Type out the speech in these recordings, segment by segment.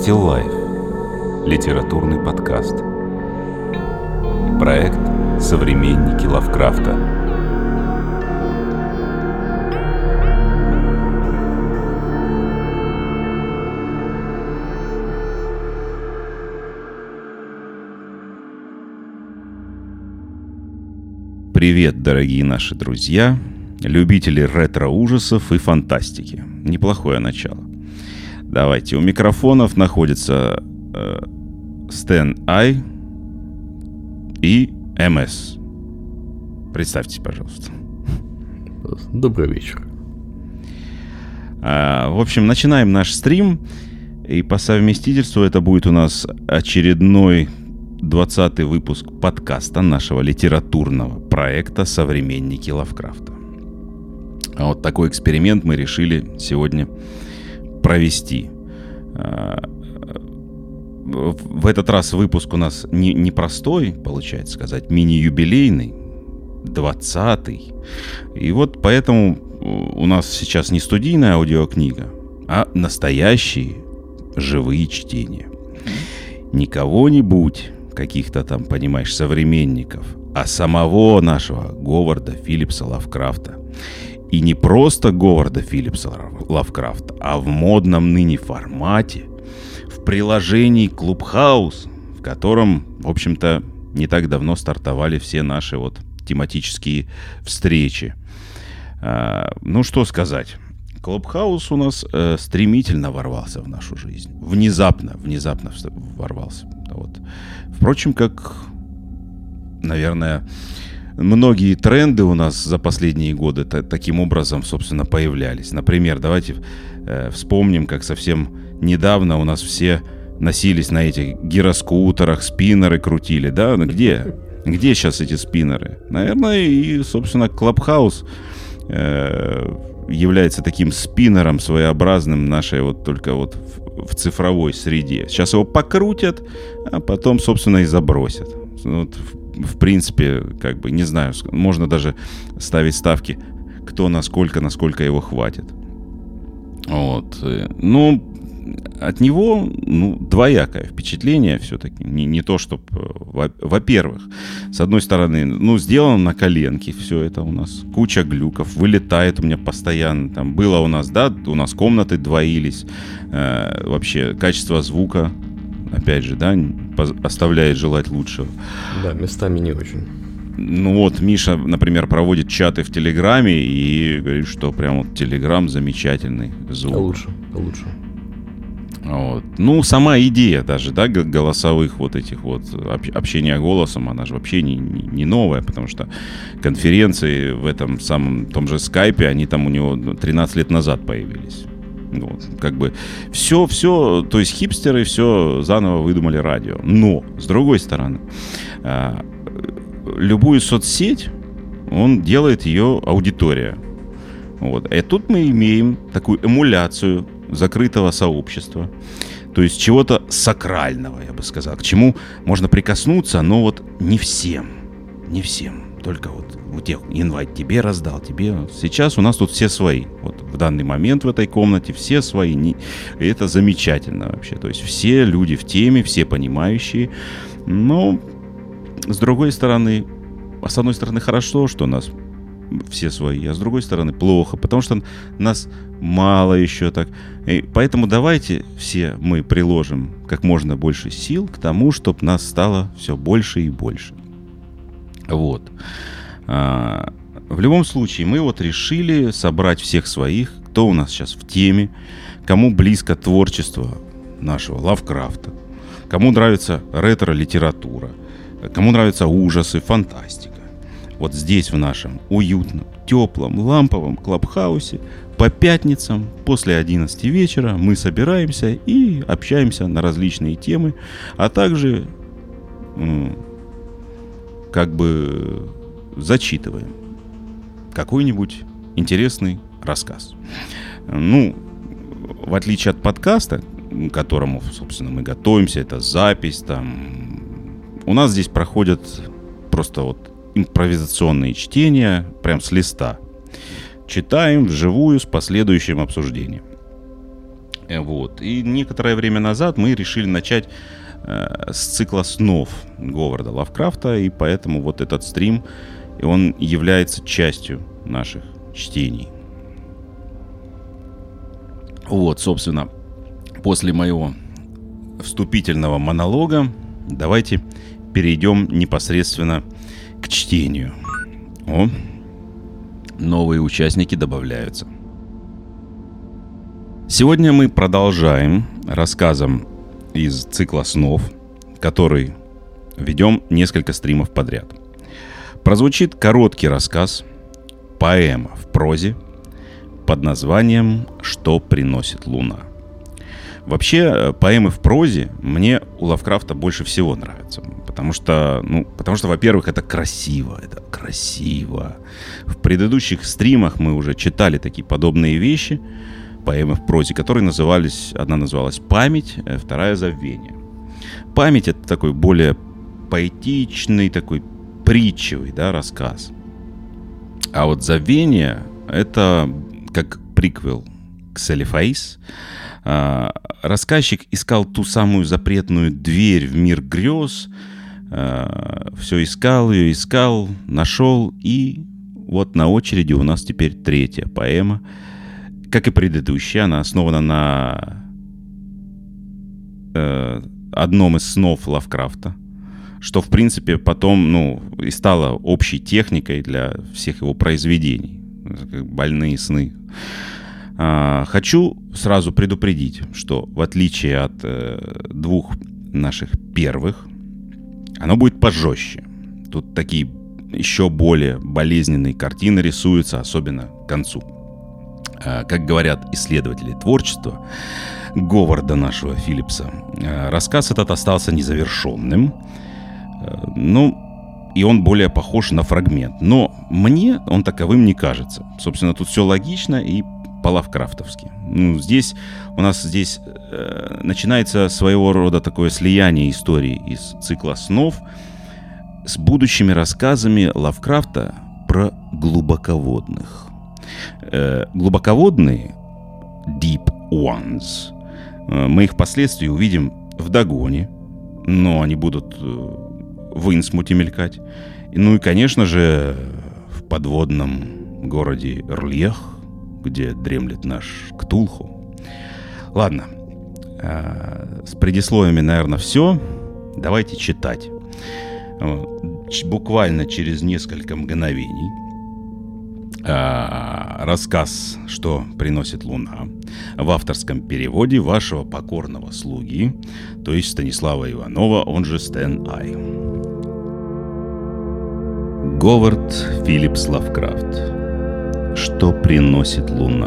Still Life. Литературный подкаст. Проект «Современники Лавкрафта». Привет, дорогие наши друзья, любители ретро-ужасов и фантастики. Неплохое начало. Давайте, у микрофонов находится Стэн Ай и МС. Представьтесь, пожалуйста. Добрый вечер. В общем, начинаем наш стрим. И по совместительству это будет у нас очередной 20-й выпуск подкаста нашего литературного проекта «Современники Лавкрафта». Вот такой эксперимент мы решили сегодня провести. В этот раз выпуск у нас не простой, получается сказать, мини-юбилейный, 20-й. И вот поэтому у нас сейчас не студийная аудиокнига, а настоящие живые чтения. Не кого-нибудь, каких-то там, понимаешь, современников, а самого нашего Говарда Филлипса Лавкрафта. И не просто Говарда Филлипса Лавкрафта, а в модном ныне формате, в приложении Clubhouse, в котором, в общем-то, не так давно стартовали все наши вот тематические встречи. Ну, что сказать. Clubhouse у нас стремительно ворвался в нашу жизнь. Внезапно ворвался. Вот. Впрочем, как, наверное, многие тренды у нас за последние годы таким образом, собственно, появлялись. Например, давайте вспомним, как совсем недавно у нас все носились на этих гироскутерах, спиннеры крутили, да? Где сейчас эти спиннеры? Наверное, и, собственно, Clubhouse является таким спиннером своеобразным нашей вот только вот в цифровой среде. Сейчас его покрутят, а потом, собственно, и забросят. Вот, в принципе, как бы, не знаю, можно даже ставить ставки, кто насколько его хватит. Вот. Ну, от него, двоякое впечатление все-таки. Не то, чтобы... Во-первых, с одной стороны, сделано на коленке все это у нас. Куча глюков, вылетает у меня постоянно. Там было у нас, да, у нас комнаты двоились. Вообще, качество звука, опять же, да, оставляет желать лучшего. Да, местами не очень. Ну вот, Миша, например, проводит чаты в Телеграме и говорит, что прям вот Телеграм замечательный звук. А лучше. Вот. Ну, сама идея даже, да, голосовых вот этих вот общения голосом, она же вообще не новая, потому что конференции в этом самом том же скайпе, они там у него 13 лет назад появились. Вот, как бы все, то есть хипстеры все заново выдумали радио. Но, с другой стороны, любую соцсеть, он делает ее аудитория. Вот. И тут мы имеем такую эмуляцию закрытого сообщества, то есть чего-то сакрального, я бы сказал, к чему можно прикоснуться, но вот не всем, только вот тех инвайт тебе раздал, тебе. Сейчас у нас тут все свои, вот в данный момент в этой комнате все свои, и это замечательно вообще, то есть все люди в теме, все понимающие, но с одной стороны хорошо, что у нас все свои, а с другой стороны плохо, потому что нас мало еще так. И поэтому давайте все мы приложим как можно больше сил к тому, чтобы нас стало все больше и больше. Вот. В любом случае, мы вот решили собрать всех своих, кто у нас сейчас в теме, кому близко творчество нашего Лавкрафта, кому нравится ретро-литература, кому нравятся ужасы, фантастика. Вот здесь, в нашем уютном, теплом, ламповом клабхаусе, по пятницам после 11 вечера мы собираемся и общаемся на различные темы, а также как бы зачитываем какой-нибудь интересный рассказ. Ну, в отличие от подкаста, к которому, собственно, мы готовимся, это запись, там, у нас здесь проходят просто вот импровизационные чтения, прям с листа. Читаем вживую с последующим обсуждением. Вот. И некоторое время назад мы решили начать с цикла снов Говарда Лавкрафта, и поэтому вот этот стрим, он является частью наших чтений. Вот, собственно, после моего вступительного монолога давайте перейдем непосредственно к чтению. О, новые участники добавляются. Сегодня мы продолжаем рассказом из цикла снов, который ведем несколько стримов подряд. Прозвучит короткий рассказ, поэма в прозе под названием «Что приносит луна». Вообще, поэмы в прозе мне у Лавкрафта больше всего нравятся. Потому что, во-первых, это красиво. В предыдущих стримах мы уже читали такие подобные вещи, поэмы в прозе, которые одна называлась «Память», вторая «Забвение». «Память» — это такой более поэтичный, такой притчевый, да, рассказ. А вот «Забвение» — это как приквел к «Селефаис». Рассказчик искал ту самую запретную дверь в мир грез, все искал, нашел, и вот на очереди у нас теперь третья поэма. Как и предыдущая, она основана на одном из снов Лавкрафта, что, в принципе, потом, и стало общей техникой для всех его произведений. Больные сны. Хочу сразу предупредить, что в отличие от двух наших первых, оно будет пожестче. Тут такие еще более болезненные картины рисуются, особенно к концу. Как говорят исследователи творчества Говарда нашего Филлипса, рассказ этот остался незавершенным. И он более похож на фрагмент. Но мне он таковым не кажется. Собственно, тут все логично и по-лавкрафтовски. У нас начинается своего рода такое слияние истории из цикла снов с будущими рассказами Лавкрафта про глубоководных. Глубоководные, deep ones, мы их впоследствии увидим в Дагоне, но они будут в Инсмуте мелькать. И, конечно же, в подводном городе Рльях, где дремлет наш Ктулху. Ладно, с предисловиями, наверное, все. Давайте читать. Буквально через несколько мгновений рассказ «Что приносит луна» в авторском переводе вашего покорного слуги, то есть Станислава Иванова, он же Стэн Ай. Говард Филлипс Лавкрафт. Что приносит луна?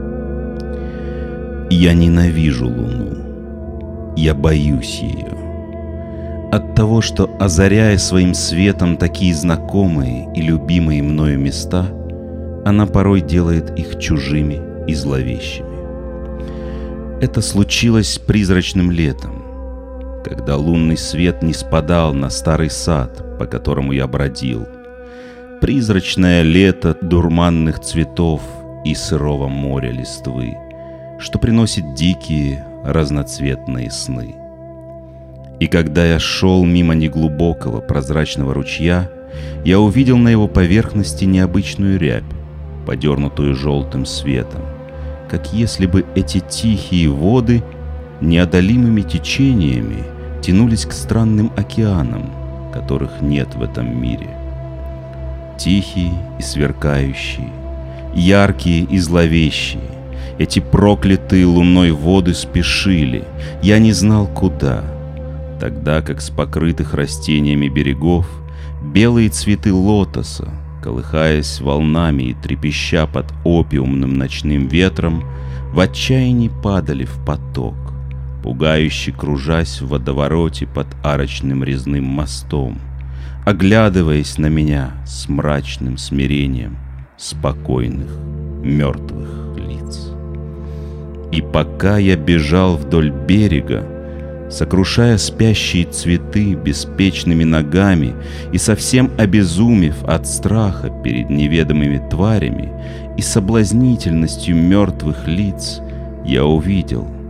Я ненавижу луну. Я боюсь ее. От того, что, озаряя своим светом такие знакомые и любимые мною места, она порой делает их чужими и зловещими. Это случилось призрачным летом, когда лунный свет не спадал на старый сад, по которому я бродил. Призрачное лето дурманных цветов и сырого моря листвы, что приносит дикие разноцветные сны. И когда я шел мимо неглубокого прозрачного ручья, я увидел на его поверхности необычную рябь, подернутую желтым светом, как если бы эти тихие воды неодолимыми течениями тянулись к странным океанам, которых нет в этом мире. Тихие и сверкающие, яркие и зловещие, эти проклятые луной воды спешили, я не знал куда, тогда как с покрытых растениями берегов белые цветы лотоса, колыхаясь волнами и трепеща под опиумным ночным ветром, в отчаянии падали в поток, пугающе кружась в водовороте под арочным резным мостом, оглядываясь на меня с мрачным смирением спокойных, мертвых лиц. И пока я бежал вдоль берега, сокрушая спящие цветы беспечными ногами и совсем обезумев от страха перед неведомыми тварями и соблазнительностью мертвых лиц, я увидел,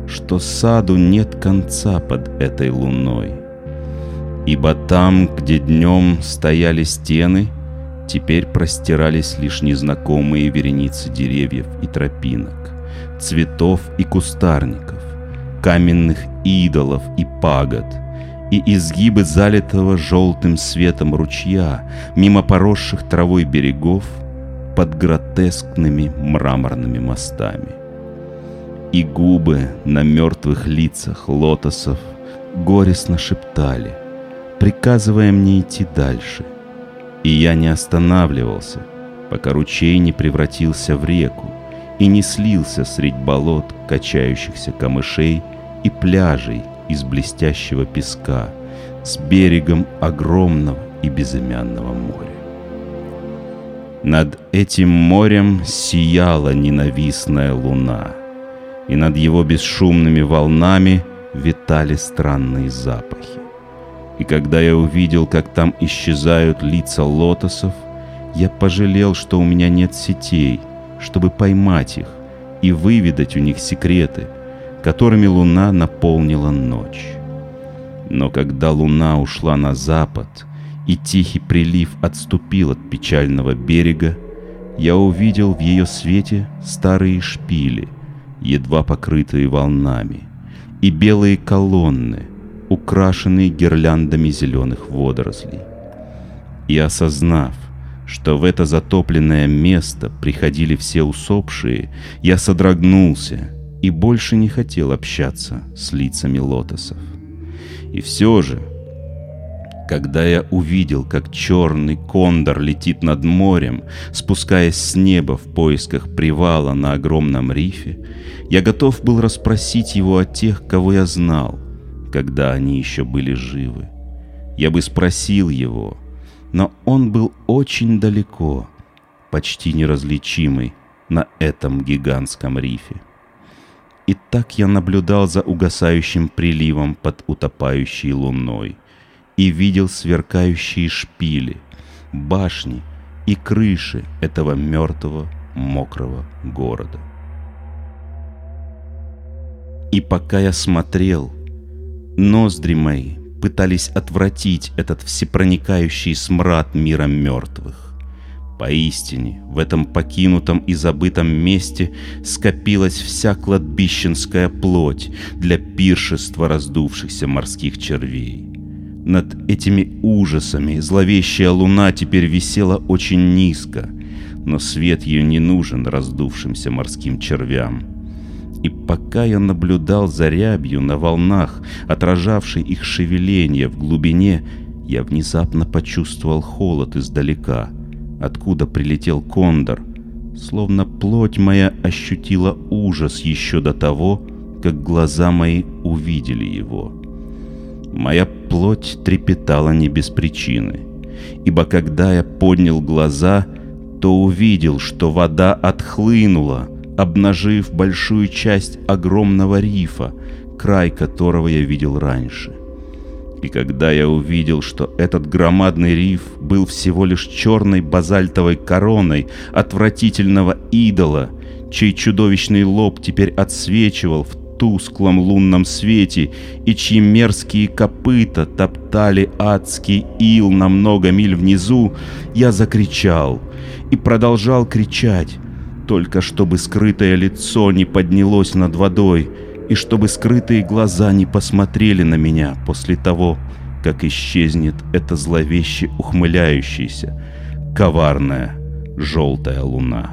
что саду нет конца под этой луной. Ибо там, где днем стояли стены, теперь простирались лишь незнакомые вереницы деревьев и тропинок, цветов и кустарников, каменных идолов и пагод, и изгибы залитого желтым светом ручья, мимо поросших травой берегов, под гротескными мраморными мостами. И губы на мертвых лицах лотосов горестно шептали, приказывая мне идти дальше. И я не останавливался, пока ручей не превратился в реку и не слился средь болот, качающихся камышей и пляжей из блестящего песка с берегом огромного и безымянного моря. Над этим морем сияла ненавистная луна, и над его бесшумными волнами витали странные запахи. И когда я увидел, как там исчезают лица лотосов, я пожалел, что у меня нет сетей, чтобы поймать их и выведать у них секреты, которыми луна наполнила ночь. Но когда луна ушла на запад, и тихий прилив отступил от печального берега, я увидел в ее свете старые шпили, едва покрытые волнами, и белые колонны, украшенные гирляндами зеленых водорослей. И осознав, что в это затопленное место приходили все усопшие, я содрогнулся и больше не хотел общаться с лицами лотосов. И все же, когда я увидел, как черный кондор летит над морем, спускаясь с неба в поисках привала на огромном рифе, я готов был расспросить его о тех, кого я знал, когда они еще были живы. Я бы спросил его, но он был очень далеко, почти неразличимый на этом гигантском рифе. И так я наблюдал за угасающим приливом под утопающей луной и видел сверкающие шпили, башни и крыши этого мертвого, мокрого города. И пока я смотрел, ноздри мои пытались отвратить этот всепроникающий смрад мира мертвых. Поистине, в этом покинутом и забытом месте скопилась вся кладбищенская плоть для пиршества раздувшихся морских червей. Над этими ужасами зловещая луна теперь висела очень низко, но свет ее не нужен раздувшимся морским червям. И пока я наблюдал за рябью на волнах, отражавшей их шевеление в глубине, я внезапно почувствовал холод издалека, откуда прилетел кондор, словно плоть моя ощутила ужас еще до того, как глаза мои увидели его. Моя плоть трепетала не без причины, ибо когда я поднял глаза, то увидел, что вода отхлынула, обнажив большую часть огромного рифа, край которого я видел раньше. И когда я увидел, что этот громадный риф был всего лишь черной базальтовой короной отвратительного идола, чей чудовищный лоб теперь отсвечивал в тусклом лунном свете и чьи мерзкие копыта топтали адский ил на много миль внизу, я закричал и продолжал кричать, только чтобы скрытое лицо не поднялось над водой и чтобы скрытые глаза не посмотрели на меня после того, как исчезнет эта зловеще ухмыляющаяся, коварная, желтая луна.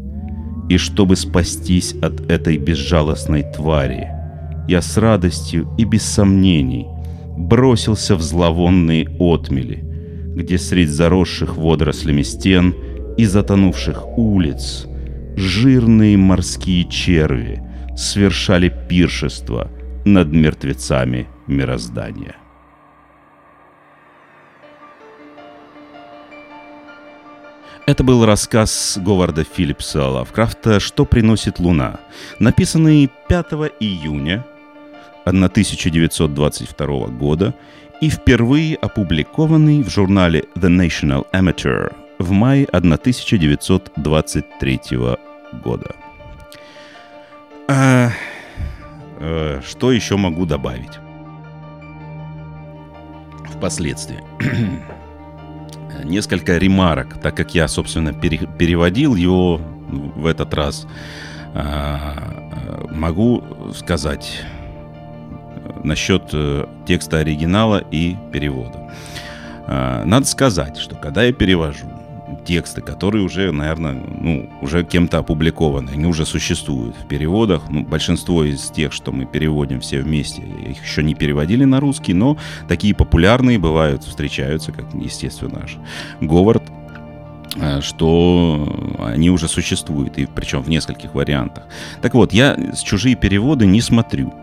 И чтобы спастись от этой безжалостной твари, я с радостью и без сомнений бросился в зловонные отмели, где средь заросших водорослями стен и затонувших улиц жирные морские черви совершали пиршество над мертвецами мироздания. Это был рассказ Говарда Филлипса Лавкрафта «Что приносит луна», написанный 5 июня 1922 года и впервые опубликованный в журнале The National Amateur в мае 1923 года. что еще могу добавить впоследствии? Несколько ремарок, так как я, собственно, переводил его в этот раз, могу сказать насчет текста оригинала и перевода. Надо сказать, что когда я перевожу тексты, которые уже, наверное, уже кем-то опубликованы, они уже существуют в переводах. Большинство из тех, что мы переводим все вместе, их еще не переводили на русский, но такие популярные бывают, встречаются, как, естественно, наш Говард, что они уже существуют, и причем в нескольких вариантах. Так вот, я чужие переводы не смотрю.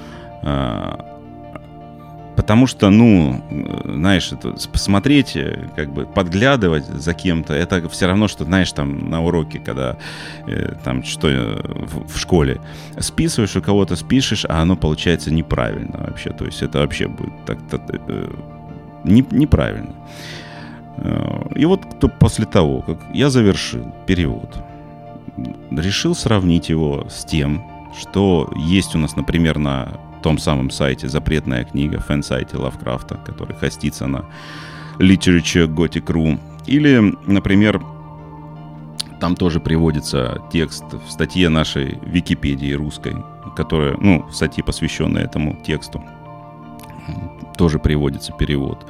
Потому что, знаешь, посмотреть, как бы подглядывать за кем-то, это все равно, что, знаешь, там на уроке, когда там что в школе списываешь, у кого-то спишешь, а оно получается неправильно вообще. То есть это вообще будет так-то неправильно. И вот после того, как я завершил перевод, решил сравнить его с тем, что есть у нас, например, на том самом сайте «Запретная книга», фэн-сайте Лавкрафта, который хостится на Literature Gothic.ru. Или, например, там тоже приводится текст в статье нашей Википедии русской, которая, статьи, посвященные этому тексту, тоже приводится перевод.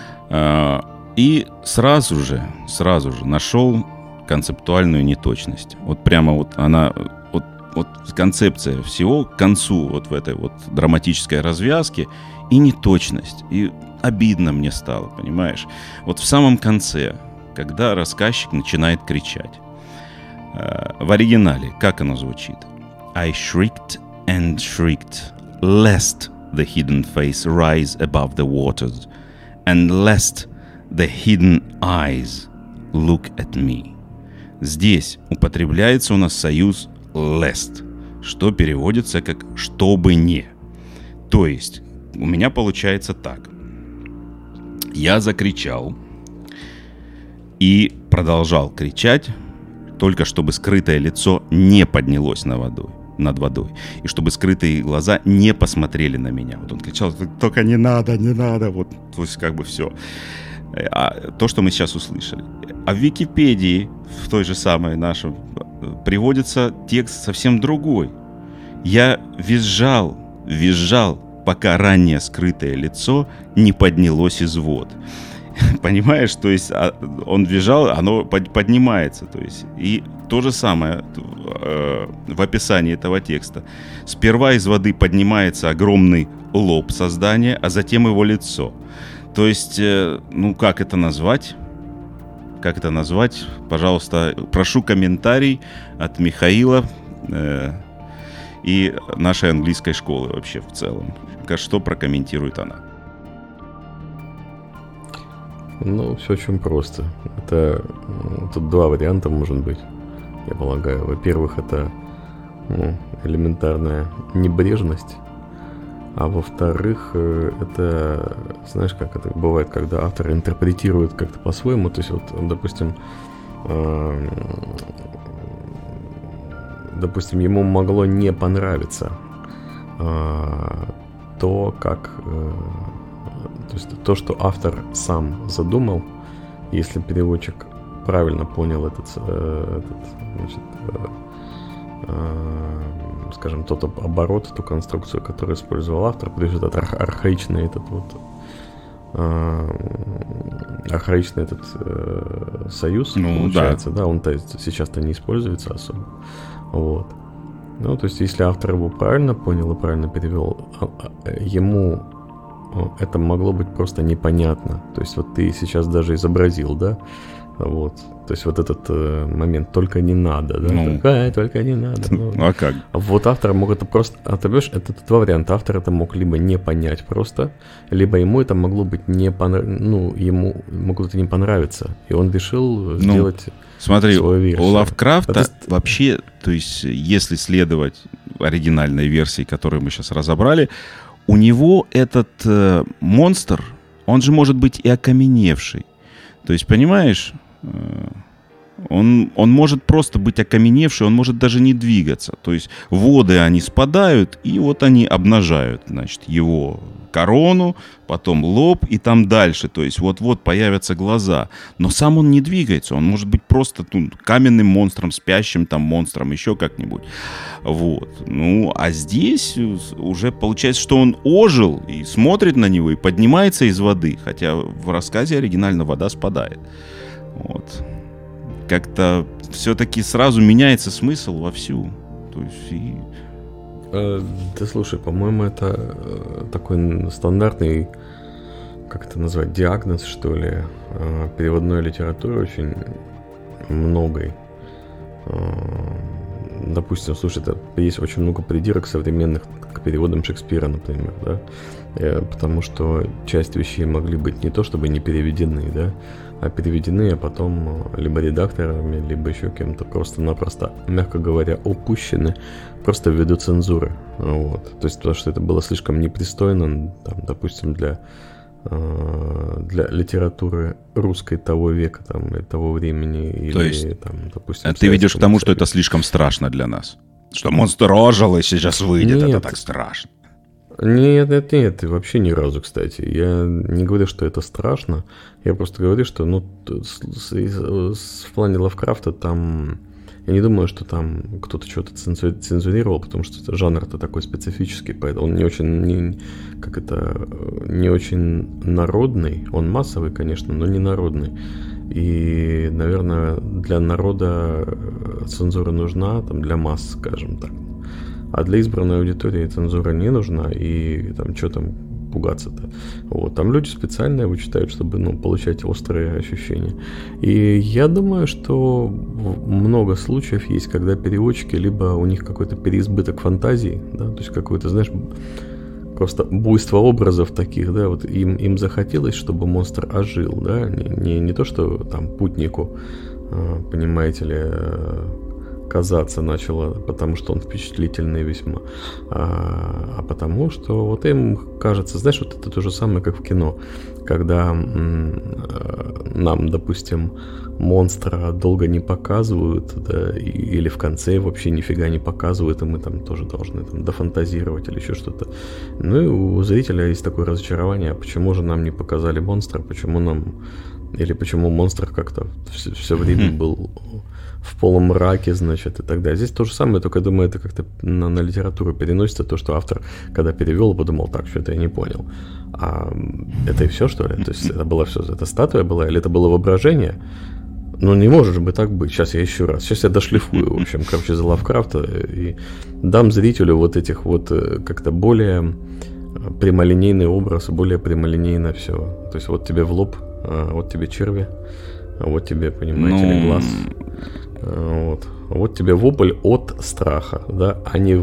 И сразу же нашел концептуальную неточность. Вот прямо вот она... Вот концепция всего к концу вот в этой вот драматической развязке и неточность. И обидно мне стало, понимаешь? Вот в самом конце, когда рассказчик начинает кричать. В оригинале, как оно звучит? I shrieked and shrieked, lest the hidden face rise above the waters, and lest the hidden eyes look at me. Здесь употребляется у нас союз lest, что переводится как «чтобы не». То есть у меня получается так. Я закричал и продолжал кричать, только чтобы скрытое лицо не поднялось над водой, и чтобы скрытые глаза не посмотрели на меня. Вот он кричал: «Только не надо, не надо». Вот, то есть как бы все. То, что мы сейчас услышали. А в Википедии, в той же самой нашей, приводится текст совсем другой. Я визжал, пока ранее скрытое лицо не поднялось из вод. Понимаешь, то есть он визжал, оно поднимается. То есть, и то же самое в описании этого текста. Сперва из воды поднимается огромный лоб создания, а затем его лицо. То есть, как это назвать? Как это назвать? Пожалуйста, прошу комментарий от Михаила и нашей английской школы вообще в целом. Что прокомментирует она? Все очень просто. Тут два варианта может быть, я полагаю. Во-первых, это элементарная небрежность. А во-вторых, это, знаешь, как это бывает, когда автор интерпретирует как-то по-своему. То есть, вот, допустим, ему могло не понравиться то, то, что автор сам задумал, если переводчик правильно понял скажем, тот оборот, ту конструкцию, которую использовал автор, плюс этот архаичный союз, получается, да, он сейчас-то не используется особо. Вот. То есть, если автор его правильно понял и правильно перевел, ему это могло быть просто непонятно. То есть, вот ты сейчас даже изобразил, да, вот. То есть, вот этот момент «только не надо», да? Только не надо. А как? Вот автор мог это просто... это два варианта. Автор это мог либо не понять просто, либо ему это могло быть ему могло это не понравиться. И он решил сделать свою версию. У Лавкрафта вообще, то есть, если следовать оригинальной версии, которую мы сейчас разобрали, у него этот монстр, он же может быть и окаменевший. То есть, понимаешь, Он может просто быть окаменевший, он может даже не двигаться. То есть воды, они спадают, и вот они обнажают, значит, его корону, потом лоб и там дальше. То есть вот-вот появятся глаза. Но сам он не двигается. Он может быть просто каменным монстром, спящим там монстром, еще как-нибудь. Вот. Ну, а здесь уже получается, что он ожил и смотрит на него, и поднимается из воды. Хотя в рассказе оригинально вода спадает. Вот. Как-то все-таки сразу меняется смысл вовсю. То есть Да слушай, по-моему, это такой стандартный, как это назвать, диагноз, что ли, переводной литературы очень многой. Допустим, слушай, есть очень много придирок современных к переводам Шекспира, например, да, потому что часть вещей могли быть не то чтобы не переведены, да, а переведены, а потом либо редакторами, либо еще кем-то просто-напросто, мягко говоря, опущены просто ввиду цензуры. Вот. То есть потому что это было слишком непристойно, там, допустим, для литературы русской того века, там, того времени. Или, то есть, там, допустим, ты ведешь к тому, что это слишком страшно для нас? Что монстр ожил и сейчас выйдет, нет, это так страшно. Нет, вообще ни разу, кстати. Я не говорю, что это страшно. Я просто говорю, что в плане Лавкрафта там... Я не думаю, что там кто-то что-то цензурировал, потому что жанр-то такой специфический, поэтому он не очень народный. Он массовый, конечно, но не народный. И, наверное, для народа цензура нужна, там, для масс, скажем так. А для избранной аудитории цензура не нужна, и там что там пугаться-то. Вот. Там люди специально его читают, чтобы получать острые ощущения. И я думаю, что много случаев есть, когда переводчики либо у них какой-то переизбыток фантазии, да, то есть какое-то, знаешь, просто буйство образов таких, да, вот им захотелось, чтобы монстр ожил, да, не то, что там путнику, понимаете ли, казаться начало, потому что он впечатлительный весьма, а потому что вот им кажется, знаешь, вот это то же самое, как в кино, когда нам, допустим, монстра долго не показывают, да, или в конце вообще нифига не показывают, и мы там тоже должны там дофантазировать или еще что-то. Ну и у зрителя есть такое разочарование, а почему же нам не показали монстра, почему монстр как-то все время был в полумраке, значит, и так далее. Здесь то же самое, только, я думаю, это как-то на литературу переносится, то, что автор, когда перевел, подумал, так, что-то я не понял. А это и все, что ли? То есть это было все, это статуя была, или это было воображение? Ну, не может же так быть. Сейчас я еще раз. Сейчас я дошлифую, в общем, короче, за Лавкрафта и дам зрителю вот этих вот как-то более прямолинейный образ, более прямолинейно все. То есть вот тебе в лоб, вот тебе черви, вот тебе, понимаете ли, глаз. Вот тебе вопль от страха, да, а не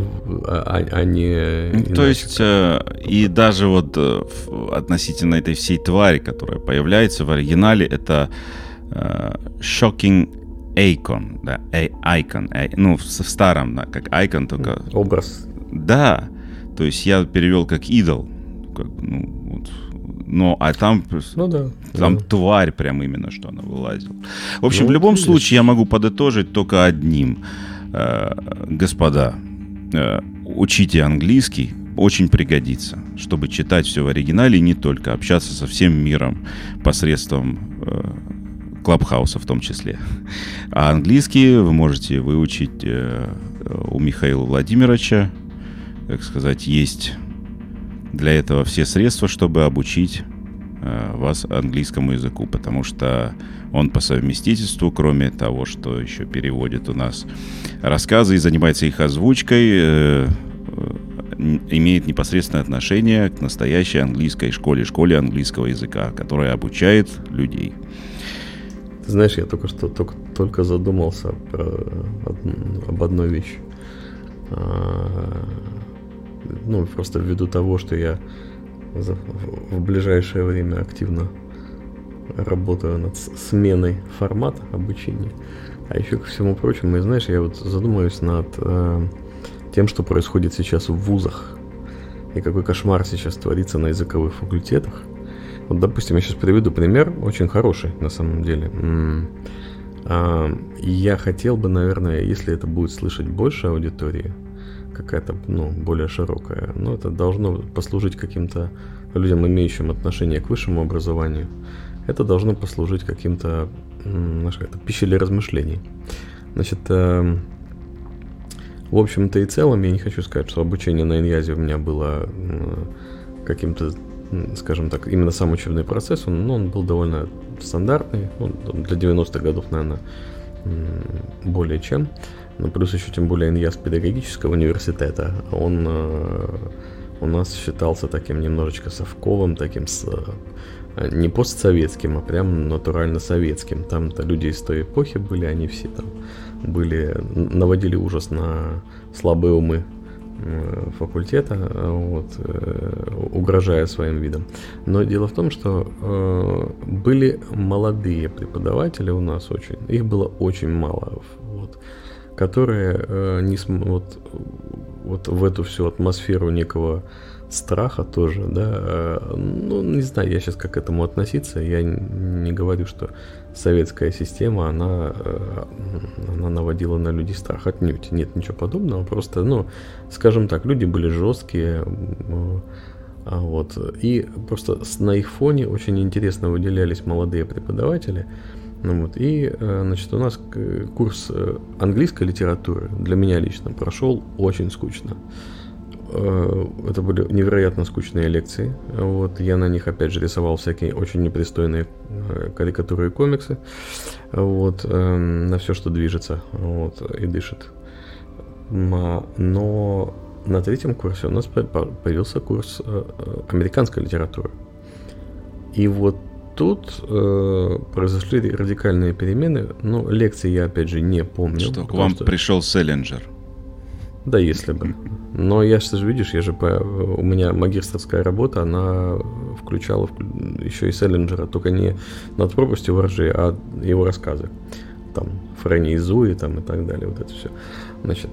то есть, и даже вот относительно этой всей твари, которая появляется в оригинале, это shocking icon, да, icon, ну, в старом, да, как icon, только... Образ. Да, то есть я перевел как идол, как, ну, вот. Но, а там, там тварь прям именно, что она вылазила. В общем, в любом случае я могу подытожить только одним. Господа, учите английский, очень пригодится, чтобы читать все в оригинале и не только, общаться со всем миром посредством Клабхауса в том числе. А английский вы можете выучить у Михаила Владимировича. Так сказать, есть... Для этого все средства, чтобы обучить вас английскому языку, потому что он по совместительству, кроме того, что еще переводит у нас рассказы и занимается их озвучкой, имеет непосредственное отношение к настоящей английской школе английского языка, которая обучает людей. Ты знаешь, я только задумался об одной вещи. Ну, просто ввиду того, что я в ближайшее время активно работаю над сменой формата обучения. А еще, ко всему прочему, и знаешь, я вот задумываюсь над тем, что происходит сейчас в вузах. И какой кошмар сейчас творится на языковых факультетах. Вот, допустим, я сейчас приведу пример, очень хороший, на самом деле. Я хотел бы, наверное, если это будет слышать больше аудитории, какая-то, более широкая, это должно послужить каким-то людям, имеющим отношение к высшему образованию. Это должно послужить каким-то, пищей для размышлений. Значит, в общем-то и целом, я не хочу сказать, что обучение на Иньязе у меня было каким-то, скажем так, именно сам учебный процесс, он был довольно стандартный, для 90-х годов, наверное, более чем. Но плюс еще тем более Иньяз педагогического университета, он у нас считался таким немножечко совковым, таким не постсоветским, а прям натурально советским. Там-то люди из той эпохи были, они все там наводили ужас на слабые умы факультета, угрожая своим видом. Но дело в том, что были молодые преподаватели у нас очень, их было очень мало, которые в эту всю атмосферу некого страха тоже, да, не знаю, я сейчас как к этому относиться, я не говорю, что советская система, она наводила на людей страх, отнюдь, нет ничего подобного, просто, скажем так, люди были жесткие, и просто на их фоне очень интересно выделялись молодые преподаватели. Значит, у нас курс английской литературы для меня лично прошел очень скучно. Это были невероятно скучные лекции. Я на них, опять же, рисовал всякие очень непристойные карикатуры и комиксы. На все, что движется и дышит. Но на третьем курсе у нас появился курс американской литературы. И тут произошли радикальные перемены, но лекции я, опять же, не помню. Что к вам пришел Селлинджер. Да, если бы. Но у меня магистерская работа, она включала еще и Селлинджера, только не «Над пропастью воржи», а его рассказы. Там Фрэнни и Зуи там, и так далее, это все. Значит,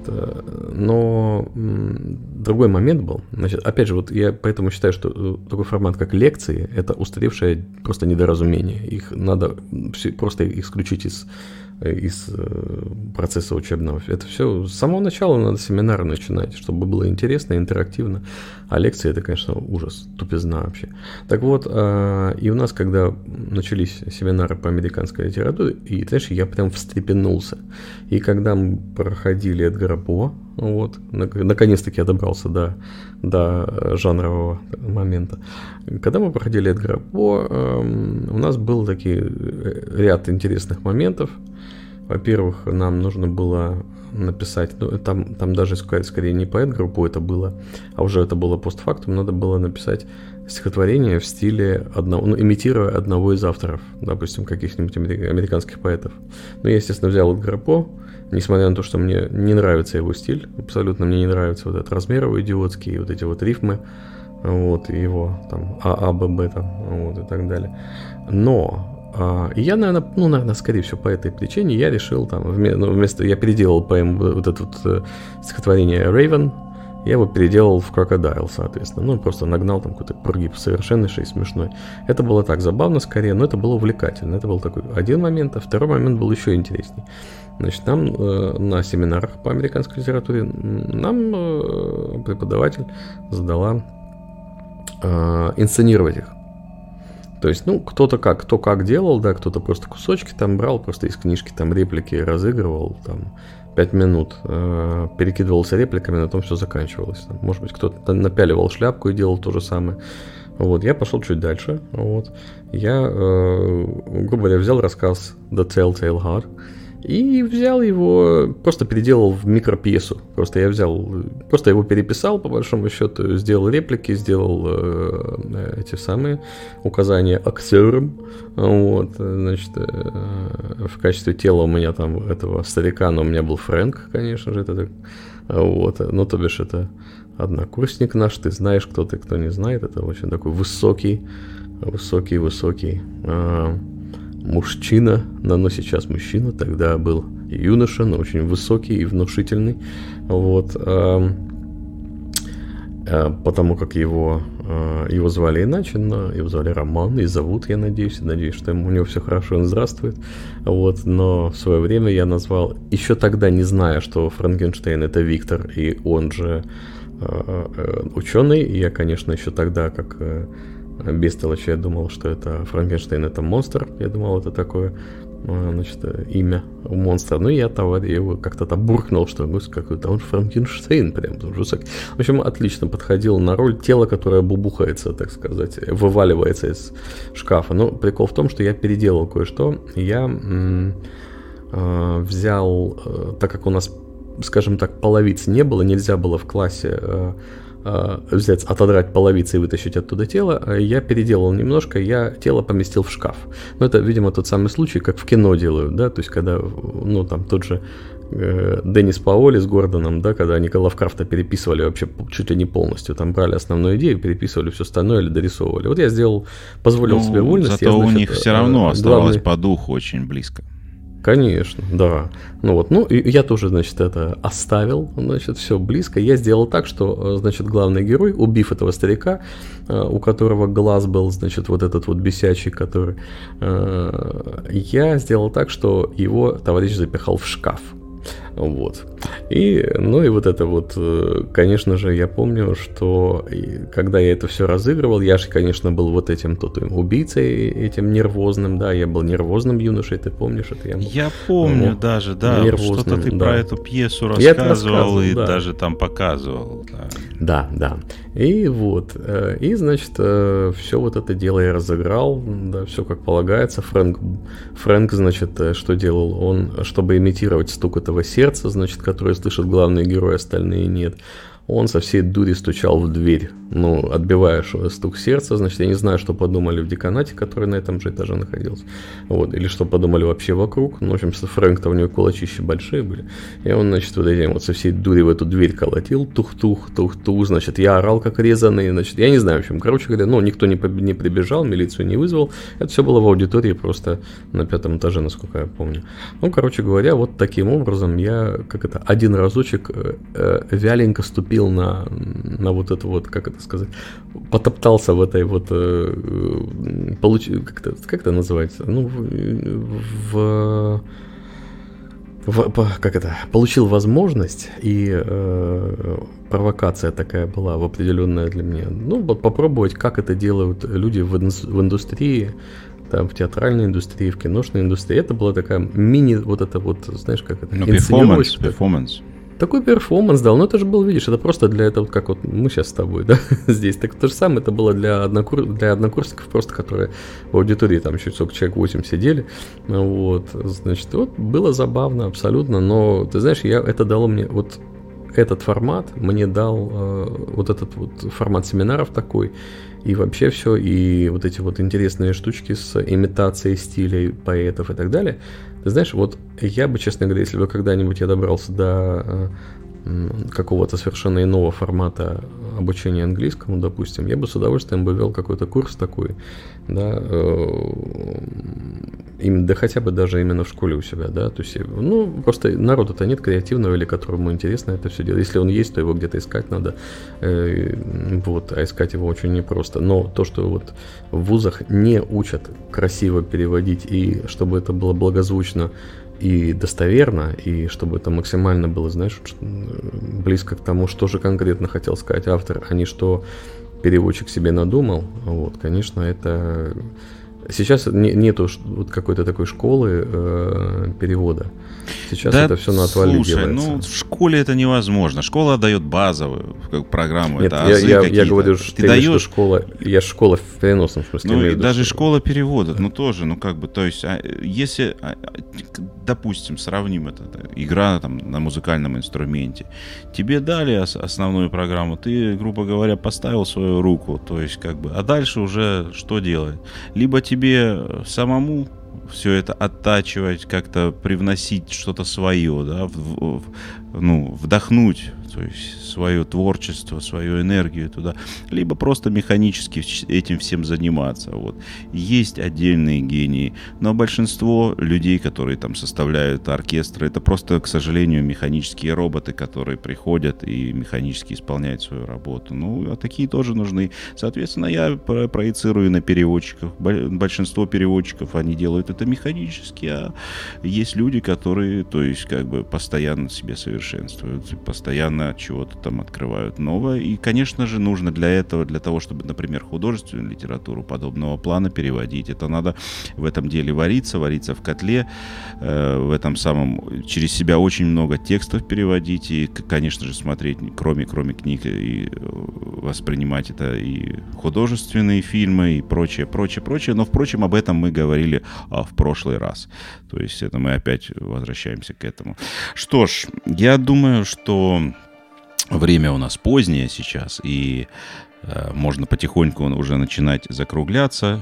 но другой момент был. Значит, опять же, я поэтому считаю, что такой формат, как лекции, это устаревшее просто недоразумение. Их надо просто исключить из процесса учебного. Это все с самого начала надо семинары начинать, чтобы было интересно, интерактивно. А лекции — это, конечно, ужас, тупизна вообще. Так вот, и у нас, когда начались семинары по американской литературе, и, знаешь, я прям встрепенулся. И когда мы проходили Эдгара По, наконец-таки я добрался до жанрового момента. Когда мы проходили Эдгара По, у нас был ряд интересных моментов. Во-первых, нам нужно было написать, там даже скорее не по Эдгару По это было, а уже это было постфактум, надо было написать стихотворение в стиле имитируя одного из авторов, допустим, каких-нибудь американских поэтов. Я, естественно, взял Эдгара По, несмотря на то, что мне не нравится его стиль, абсолютно мне не нравится этот размер его идиотский, эти рифмы, его там ААББ там, и так далее. Но я, наверное, скорее всего, по этой причине я решил я переделал поэму, стихотворение Raven, я его переделал в Crocodile, соответственно. Просто нагнал там какой-то прогиб совершеннейший и смешной. Это было так забавно скорее, но это было увлекательно. Это был такой один момент, а второй момент был еще интересней. Значит, нам на семинарах по американской литературе нам преподаватель задала инсценировать их. То есть, кто как делал, да, кто-то просто кусочки там брал, просто из книжки там реплики разыгрывал, там 5 минут перекидывался репликами, на том все заканчивалось. Там, может быть, кто-то напяливал шляпку и делал то же самое. Я пошел чуть дальше. Я, грубо говоря, взял рассказ The Telltale Heart и взял его, просто переделал в микропьесу. Просто его переписал, по большому счету, сделал реплики, сделал эти самые указания актерам. Значит, в качестве тела у меня там этого старика, но у меня был Фрэнк, конечно же. То бишь, это однокурсник наш, ты знаешь, кто ты, кто не знает. Это очень такой высокий мужчина, но сейчас мужчина, тогда был юноша, но очень высокий и внушительный. потому как его звали иначе, но его звали Роман, и зовут, я надеюсь, что у него все хорошо, он здравствует. Вот, но в свое время я назвал, еще тогда не зная, что Франкенштейн это Виктор, и он же ученый, и я, конечно, еще тогда, как бестолочь, я думал, что это Франкенштейн это монстр, я думал, это такое, значит, имя у монстра. Ну, я его как-то там буркнул, что какой-то он Франкенштейн прям. В общем, отлично подходил на роль тела, которое бубухается, так сказать, вываливается из шкафа. Но прикол в том, что я переделал кое-что. Я взял, так как у нас, скажем так, половиц не было, нельзя было в классе взять, отодрать половицы и вытащить оттуда тело, я переделал немножко, я тело поместил в шкаф. Но это, видимо, тот самый случай, как в кино делают, да, то есть когда, ну, там тот же Деннис Паоли с Гордоном, да, когда они Лавкрафта переписывали вообще чуть ли не полностью, там брали основную идею, переписывали все остальное или дорисовывали. Вот я сделал, позволил себе вольность. Зато у них все равно оставалось по духу очень близко. Конечно, да. Ну вот, ну и я тоже, значит, это оставил, значит, все близко. Я сделал так, что, значит, главный герой, убив этого старика, у которого глаз был, значит, вот этот вот бесячий, который, я сделал так, что его товарищ запихал в шкаф. Вот. И, ну и вот это вот, конечно же, я помню, что когда я это все разыгрывал, я же, конечно, был вот этим убийцей, этим нервозным, да, я был нервозным юношей, ты помнишь это? Я помню даже, да, что-то ты про эту пьесу рассказывал и да. Даже там показывал. Да. Да. И вот, и, значит, все вот это дело я разыграл, да, все как полагается. Фрэнк, значит, что делал? Он, чтобы имитировать стук этого сердца, значит, которое слышат главные герои, остальные нет, он со всей дури стучал в дверь, ну, отбивая стук сердца, значит, я не знаю, что подумали в деканате, который на этом же этаже находился, вот, или что подумали вообще вокруг, ну, в общем, Фрэнк-то у него кулачища большие были, и он, значит, вот этим вот со всей дури в эту дверь колотил, тух-тух, значит, я орал как резаный, значит, я не знаю, в общем, короче говоря, ну, никто не прибежал, милицию не вызвал, это все было в аудитории просто на 5 этаже, насколько я помню. Ну, короче говоря, вот таким образом я, один разочек вяленько ступил на вот это вот, как это сказать, потоптался в этой вот, как это называется, ну, получил возможность, и провокация такая была определенная для меня, ну, вот попробовать, как это делают люди в индустрии, там, в театральной индустрии, в киношной индустрии. Это была такая мини, вот это вот, знаешь, как это, перформанс. Такой перформанс дал, но это же был, видишь, это просто для этого, как вот мы сейчас с тобой, да, здесь. Так то же самое, это было для однокурсников, просто которые в аудитории, там еще человек 8 сидели, вот, значит, вот, было забавно абсолютно, но, ты знаешь, это дало мне, вот, этот формат мне дал, вот этот вот формат семинаров такой, и вообще все, и вот эти вот интересные штучки с имитацией стилей поэтов и так далее. Ты знаешь, вот я бы, честно говоря, если бы когда-нибудь я добрался до какого-то совершенно иного формата обучения английскому, допустим, я бы с удовольствием бы вел какой-то курс такой, да, да хотя бы даже именно в школе у себя, да, то есть, ну, просто народу-то нет креативного, или которому интересно это все делать. Если он есть, то его где-то искать надо, вот, а искать его очень непросто. Но то, что вот в вузах не учат красиво переводить, и чтобы это было благозвучно и достоверно, и чтобы это максимально было, знаешь, близко к тому, что же конкретно хотел сказать автор, а не что переводчик себе надумал, вот, конечно, это... Сейчас нету вот какой-то такой школы перевода. Сейчас да, это все на отвале делается. Ну, в школе это невозможно. Школа дает базовую программу. Нет, это я говорю, что ты даешь школа. Я школа в переносном смысле. Ну, и даже школа перевода, ну тоже, ну как бы, то есть, если, допустим, сравним это, игра там на музыкальном инструменте, тебе дали основную программу, ты, грубо говоря, поставил свою руку, то есть, как бы, а дальше уже что делать? Либо тебе самому все это оттачивать, как-то привносить что-то свое, да, вдохнуть, то есть свое творчество, свою энергию туда, либо просто механически этим всем заниматься. Вот. Есть отдельные гении, но большинство людей, которые там составляют оркестры, это просто, к сожалению, механические роботы, которые приходят и механически исполняют свою работу. А такие тоже нужны. Соответственно, я проецирую на переводчиков. Большинство переводчиков, они делают это механически, а есть люди, которые, то есть, постоянно себя совершенствуют, постоянно чего-то там открывают новое. И, конечно же, нужно для того, чтобы, например, художественную литературу подобного плана переводить, это надо в этом деле вариться в котле, в этом самом, через себя очень много текстов переводить и, конечно же, смотреть, кроме книг, и воспринимать это и художественные фильмы, и прочее. Но, впрочем, об этом мы говорили в прошлый раз. То есть это мы опять возвращаемся к этому. Что ж, я думаю, что время у нас позднее сейчас, и можно потихоньку уже начинать закругляться,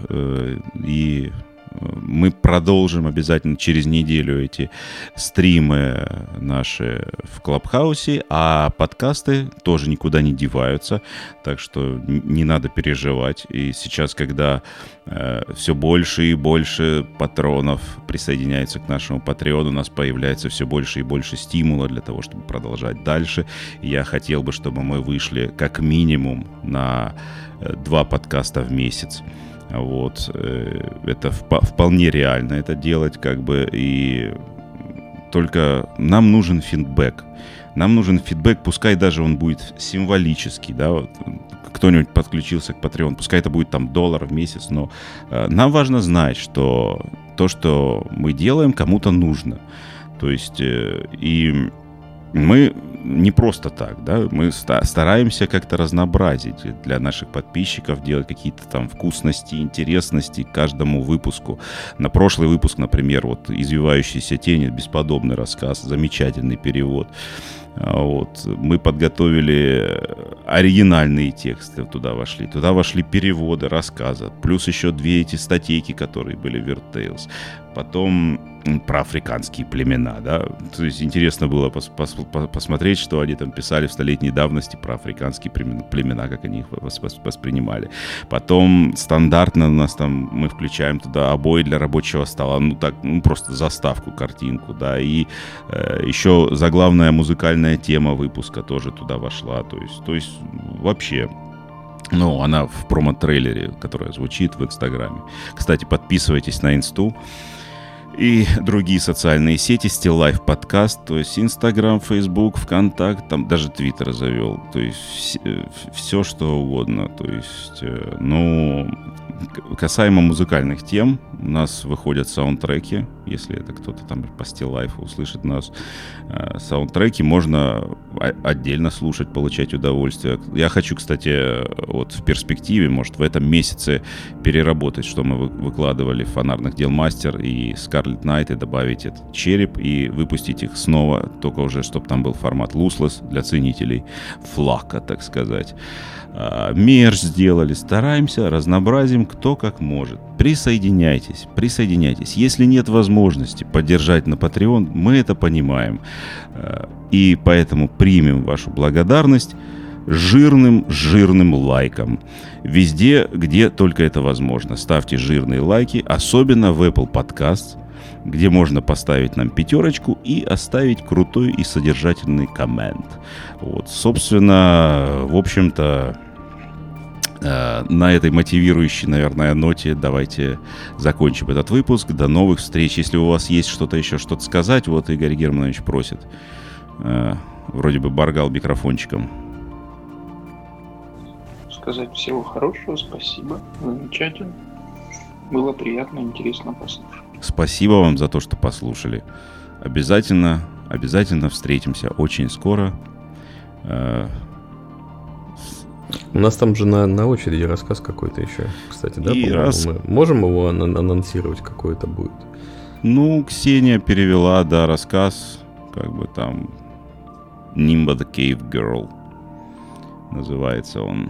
и мы продолжим обязательно через неделю эти стримы наши в Клабхаусе, а подкасты тоже никуда не деваются, так что не надо переживать. И сейчас, когда все больше и больше патронов присоединяются к нашему Патреону, у нас появляется все больше и больше стимула для того, чтобы продолжать дальше. И я хотел бы, чтобы мы вышли как минимум на 2 подкаста в месяц. Вот, это вполне реально это делать, и только нам нужен фидбэк. Нам нужен фидбэк, пускай даже он будет символический, да, вот, кто-нибудь подключился к Patreon, пускай это будет там $1 в месяц, но нам важно знать, что то, что мы делаем, кому-то нужно. То есть, и мы не просто так, да, мы стараемся как-то разнообразить для наших подписчиков, делать какие-то там вкусности, интересности к каждому выпуску. На прошлый выпуск, например, вот «Извивающиеся тени», бесподобный рассказ, замечательный перевод. Вот. Мы подготовили оригинальные тексты, туда вошли переводы рассказа, плюс еще 2 эти статейки, которые были в Weird Tales. Потом про африканские племена, да, то есть интересно было посмотреть, что они там писали в столетней давности про африканские племена, как они их воспринимали. Потом стандартно у нас там мы включаем туда обои для рабочего стола, просто заставку, картинку, да, и еще заглавная музыкальная тема выпуска тоже туда вошла, то есть вообще. Она в промо-трейлере, которая звучит в Инстаграме. Кстати, подписывайтесь на Инсту и другие социальные сети, Still Life подкаст, то есть Инстаграм, Фейсбук, ВКонтакт, там даже Твиттер завел, то есть все что угодно, то есть, касаемо музыкальных тем, у нас выходят саундтреки, если это кто-то там по Still Life услышит нас, саундтреки можно отдельно слушать, получать удовольствие. Я хочу, кстати, вот в перспективе, может, в этом месяце переработать, что мы выкладывали в «Фонарных дел Мастер» и Scarlet Knight, и добавить этот череп и выпустить их снова, только уже, чтобы там был формат lossless для ценителей флака, так сказать. Мерч сделали, стараемся, разнообразим, кто как может. Присоединяйтесь. Если нет возможности поддержать на Patreon, мы это понимаем. И поэтому примем вашу благодарность жирным лайком. Везде, где только это возможно. Ставьте жирные лайки, особенно в Apple Podcasts, где можно поставить нам 5 и оставить крутой и содержательный коммент. Вот, собственно, в общем-то, на этой мотивирующей, наверное, ноте давайте закончим этот выпуск. До новых встреч. Если у вас есть что-то сказать, вот Игорь Германович просит. Вроде бы боргал микрофончиком. Сказать всего хорошего, спасибо, замечательно. Было приятно, интересно послушать. Спасибо вам за то, что послушали. Обязательно встретимся очень скоро. У нас там же на очереди рассказ какой-то еще, кстати, да? Мы можем его анонсировать, какой это будет? Ксения перевела, да, рассказ, там Nimba the Cave Girl называется он.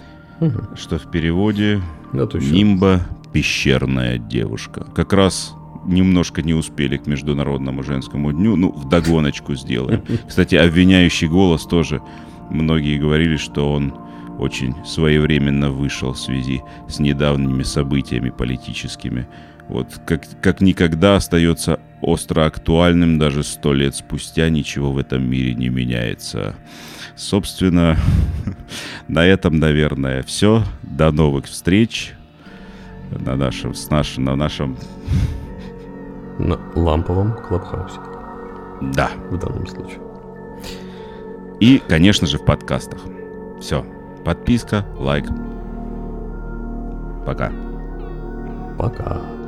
Что в переводе Нимба пещерная девушка. Как раз немножко не успели к Международному женскому дню. Ну, вдогоночку сделаем. Кстати, обвиняющий голос тоже. Многие говорили, что он очень своевременно вышел в связи с недавними событиями политическими. Вот как никогда остается остро актуальным, даже 100 лет спустя ничего в этом мире не меняется. Собственно, на этом, наверное, все. До новых встреч на нашем на ламповом Клабхаусе. Да. В данном случае. И, конечно же, в подкастах. Все. Подписка, лайк. Пока. Пока.